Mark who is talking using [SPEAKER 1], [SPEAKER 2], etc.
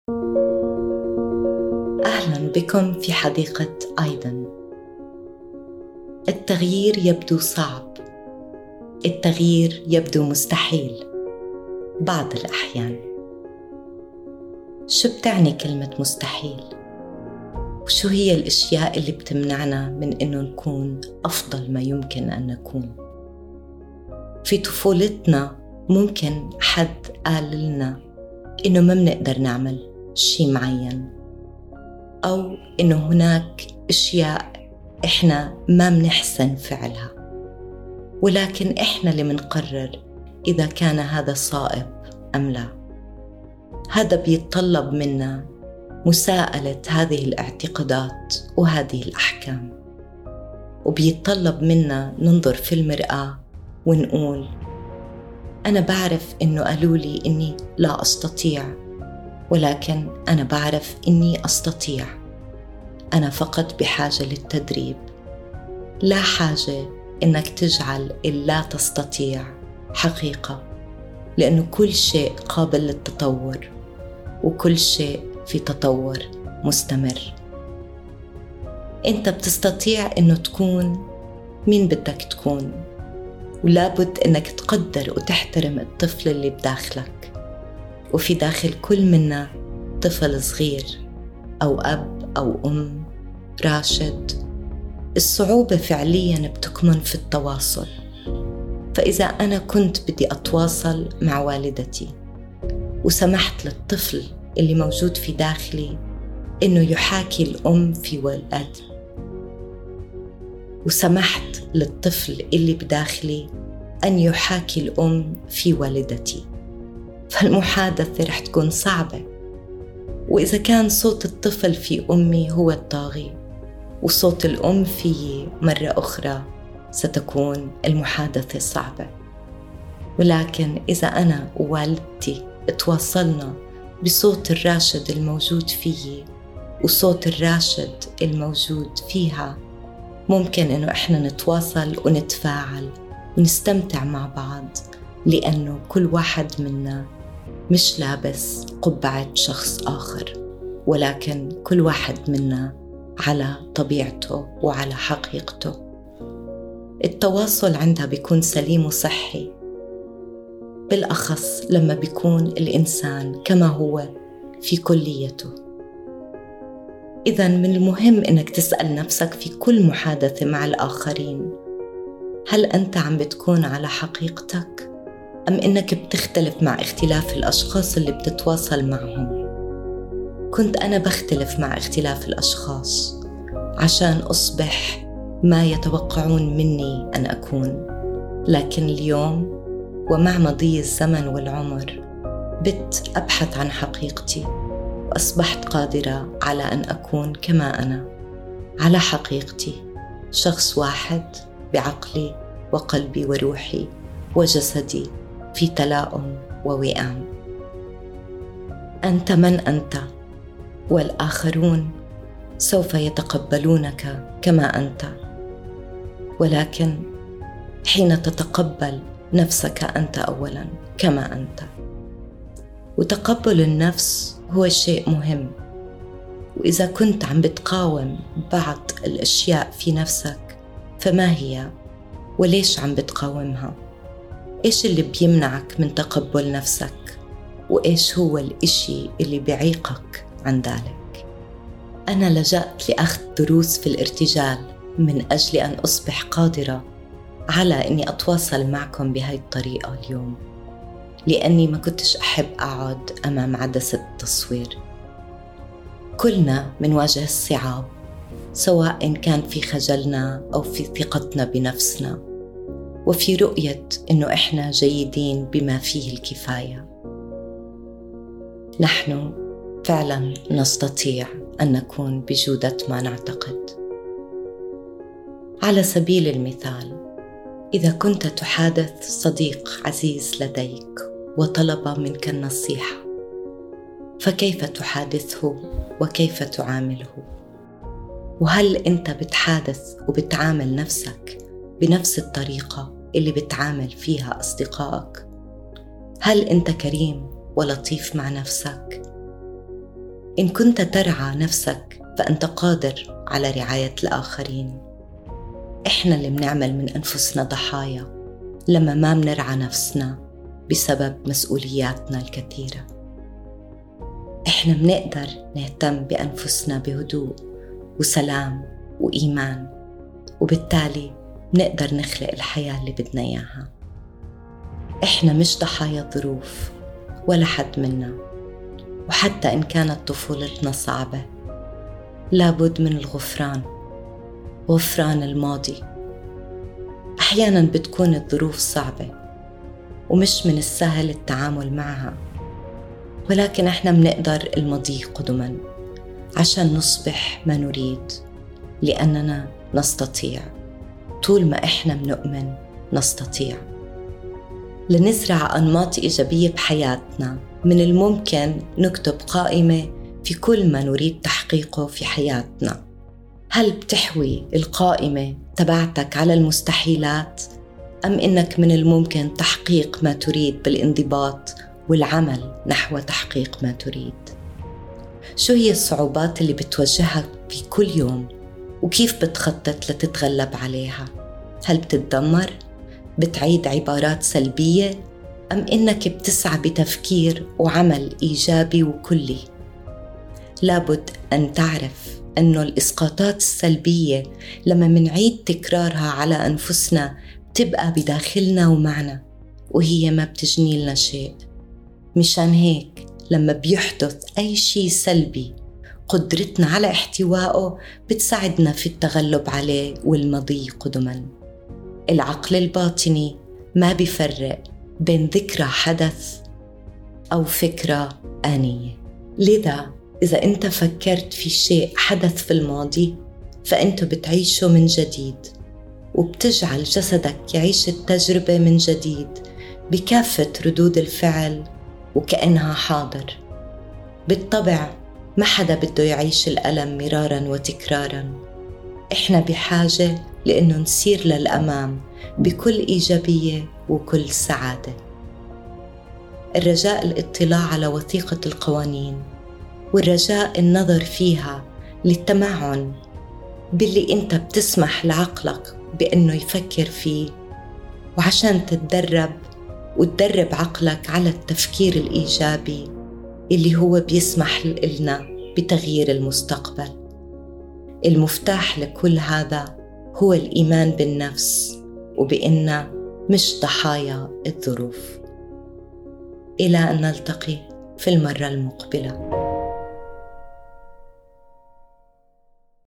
[SPEAKER 1] أهلاً بكم في حديقة آيدن. التغيير يبدو صعب، التغيير يبدو مستحيل بعض الأحيان. شو بتعني كلمة مستحيل؟ وشو هي الأشياء اللي بتمنعنا من إنه نكون أفضل ما يمكن أن نكون؟ في طفولتنا ممكن حد قال لنا إنه ما بنقدر نعمل شيء معين، أو إنه هناك أشياء إحنا ما بنحسن فعلها، ولكن إحنا اللي منقرر إذا كان هذا صائب أم لا. هذا بيتطلب منا مساءلة هذه الاعتقادات وهذه الأحكام، وبيتطلب منا ننظر في المرآة ونقول أنا بعرف إنه قالوا لي إني لا أستطيع، ولكن أنا بعرف إني أستطيع. أنا فقط بحاجة للتدريب، لا حاجة إنك تجعل اللا تستطيع حقيقة، لأنه كل شيء قابل للتطور، وكل شيء في تطور مستمر. أنت بتستطيع إنه تكون مين بدك تكون، ولابد إنك تقدر وتحترم الطفل اللي بداخلك. وفي داخل كل منا طفل صغير أو أب أو أم راشد. الصعوبة فعلياً بتكمن في التواصل. فإذا أنا كنت بدي أتواصل مع والدتي وسمحت للطفل اللي موجود في داخلي إنه يحاكي الأم في ولد، وسمحت للطفل اللي بداخلي أن يحاكي الأم في والدتي، فالمحادثة رح تكون صعبة. وإذا كان صوت الطفل في أمي هو الطاغي وصوت الأم فيه مرة أخرى، ستكون المحادثة صعبة. ولكن إذا أنا ووالدتي تواصلنا بصوت الراشد الموجود فيه وصوت الراشد الموجود فيها، ممكن إنه إحنا نتواصل ونتفاعل ونستمتع مع بعض، لأنه كل واحد منا مش لابس قبعة شخص آخر، ولكن كل واحد منا على طبيعته وعلى حقيقته. التواصل عندها بيكون سليم وصحي، بالأخص لما بيكون الإنسان كما هو في كليته. إذن من المهم إنك تسأل نفسك في كل محادثة مع الآخرين، هل أنت عم بتكون على حقيقتك؟ أم إنك بتختلف مع اختلاف الأشخاص اللي بتتواصل معهم؟ كنت أنا بختلف مع اختلاف الأشخاص عشان أصبح ما يتوقعون مني أن أكون، لكن اليوم ومع مضي الزمن والعمر بت أبحث عن حقيقتي، وأصبحت قادرة على أن أكون كما أنا على حقيقتي، شخص واحد بعقلي وقلبي وروحي وجسدي في تلاؤم ووئام. أنت من أنت، والآخرون سوف يتقبلونك كما أنت، ولكن حين تتقبل نفسك أنت أولاً كما أنت. وتقبل النفس هو شيء مهم. وإذا كنت عم بتقاوم بعض الأشياء في نفسك، فما هي؟ وليش عم بتقاومها؟ إيش اللي بيمنعك من تقبل نفسك؟ وإيش هو الإشي اللي بيعيقك عن ذلك؟ أنا لجأت لأخذ دروس في الارتجال من أجل أن أصبح قادرة على أني أتواصل معكم بهاي الطريقة اليوم، لأني ما كنتش أحب أقعد أمام عدسة التصوير. كلنا منواجه الصعاب، سواء كان في خجلنا أو في ثقتنا بنفسنا، وفي رؤية أنه إحنا جيدين بما فيه الكفاية. نحن فعلا نستطيع أن نكون بجودة ما نعتقد. على سبيل المثال، إذا كنت تحادث صديق عزيز لديك وطلب منك النصيحة، فكيف تحادثه وكيف تعامله؟ وهل أنت بتحادث وبتعامل نفسك بنفس الطريقة اللي بتعامل فيها أصدقائك؟ هل أنت كريم ولطيف مع نفسك؟ إن كنت ترعى نفسك فأنت قادر على رعاية الآخرين. إحنا اللي بنعمل من أنفسنا ضحايا لما ما بنرعى نفسنا بسبب مسؤولياتنا الكثيرة. إحنا بنقدر نهتم بأنفسنا بهدوء وسلام وإيمان، وبالتالي بنقدر نخلق الحياة اللي بدنا إياها. إحنا مش ضحايا ظروف ولا حد منا، وحتى إن كانت طفولتنا صعبة لابد من الغفران، غفران الماضي. أحياناً بتكون الظروف صعبة ومش من السهل التعامل معها، ولكن إحنا بنقدر المضي قدماً عشان نصبح ما نريد، لأننا نستطيع. طول ما إحنا بنؤمن نستطيع. لنزرع أنماط إيجابية بحياتنا من الممكن نكتب قائمة في كل ما نريد تحقيقه في حياتنا. هل بتحوي القائمة تبعتك على المستحيلات، أم إنك من الممكن تحقيق ما تريد بالانضباط والعمل نحو تحقيق ما تريد؟ شو هي الصعوبات اللي بتواجهها في كل يوم وكيف بتخطط لتتغلب عليها؟ هل بتتذمر؟ بتعيد عبارات سلبية؟ أم إنك بتسعى بتفكير وعمل إيجابي وكلي؟ لابد أن تعرف أنه الإسقاطات السلبية لما منعيد تكرارها على أنفسنا بتبقى بداخلنا ومعنا، وهي ما بتجني لنا شيء. مشان هيك لما بيحدث أي شيء سلبي قدرتنا على احتوائه بتساعدنا في التغلب عليه والمضي قدما. العقل الباطني ما بيفرق بين ذكرى حدث أو فكرة آنية. لذا إذا أنت فكرت في شيء حدث في الماضي فأنت بتعيشه من جديد، وبتجعل جسدك يعيش التجربة من جديد بكافة ردود الفعل وكأنها حاضر. بالطبع ما حدا بده يعيش الألم مرارا وتكرارا. إحنا بحاجة لأنه نسير للأمام بكل إيجابية وكل سعادة. الرجاء الاطلاع على وثيقة القوانين، والرجاء النظر فيها للتمعن باللي أنت بتسمح لعقلك بأنه يفكر فيه، وعشان تتدرب وتدرب عقلك على التفكير الإيجابي اللي هو بيسمح لنا بتغيير المستقبل. المفتاح لكل هذا هو الإيمان بالنفس وبأننا مش ضحايا الظروف. إلى أن نلتقي في المرة المقبلة.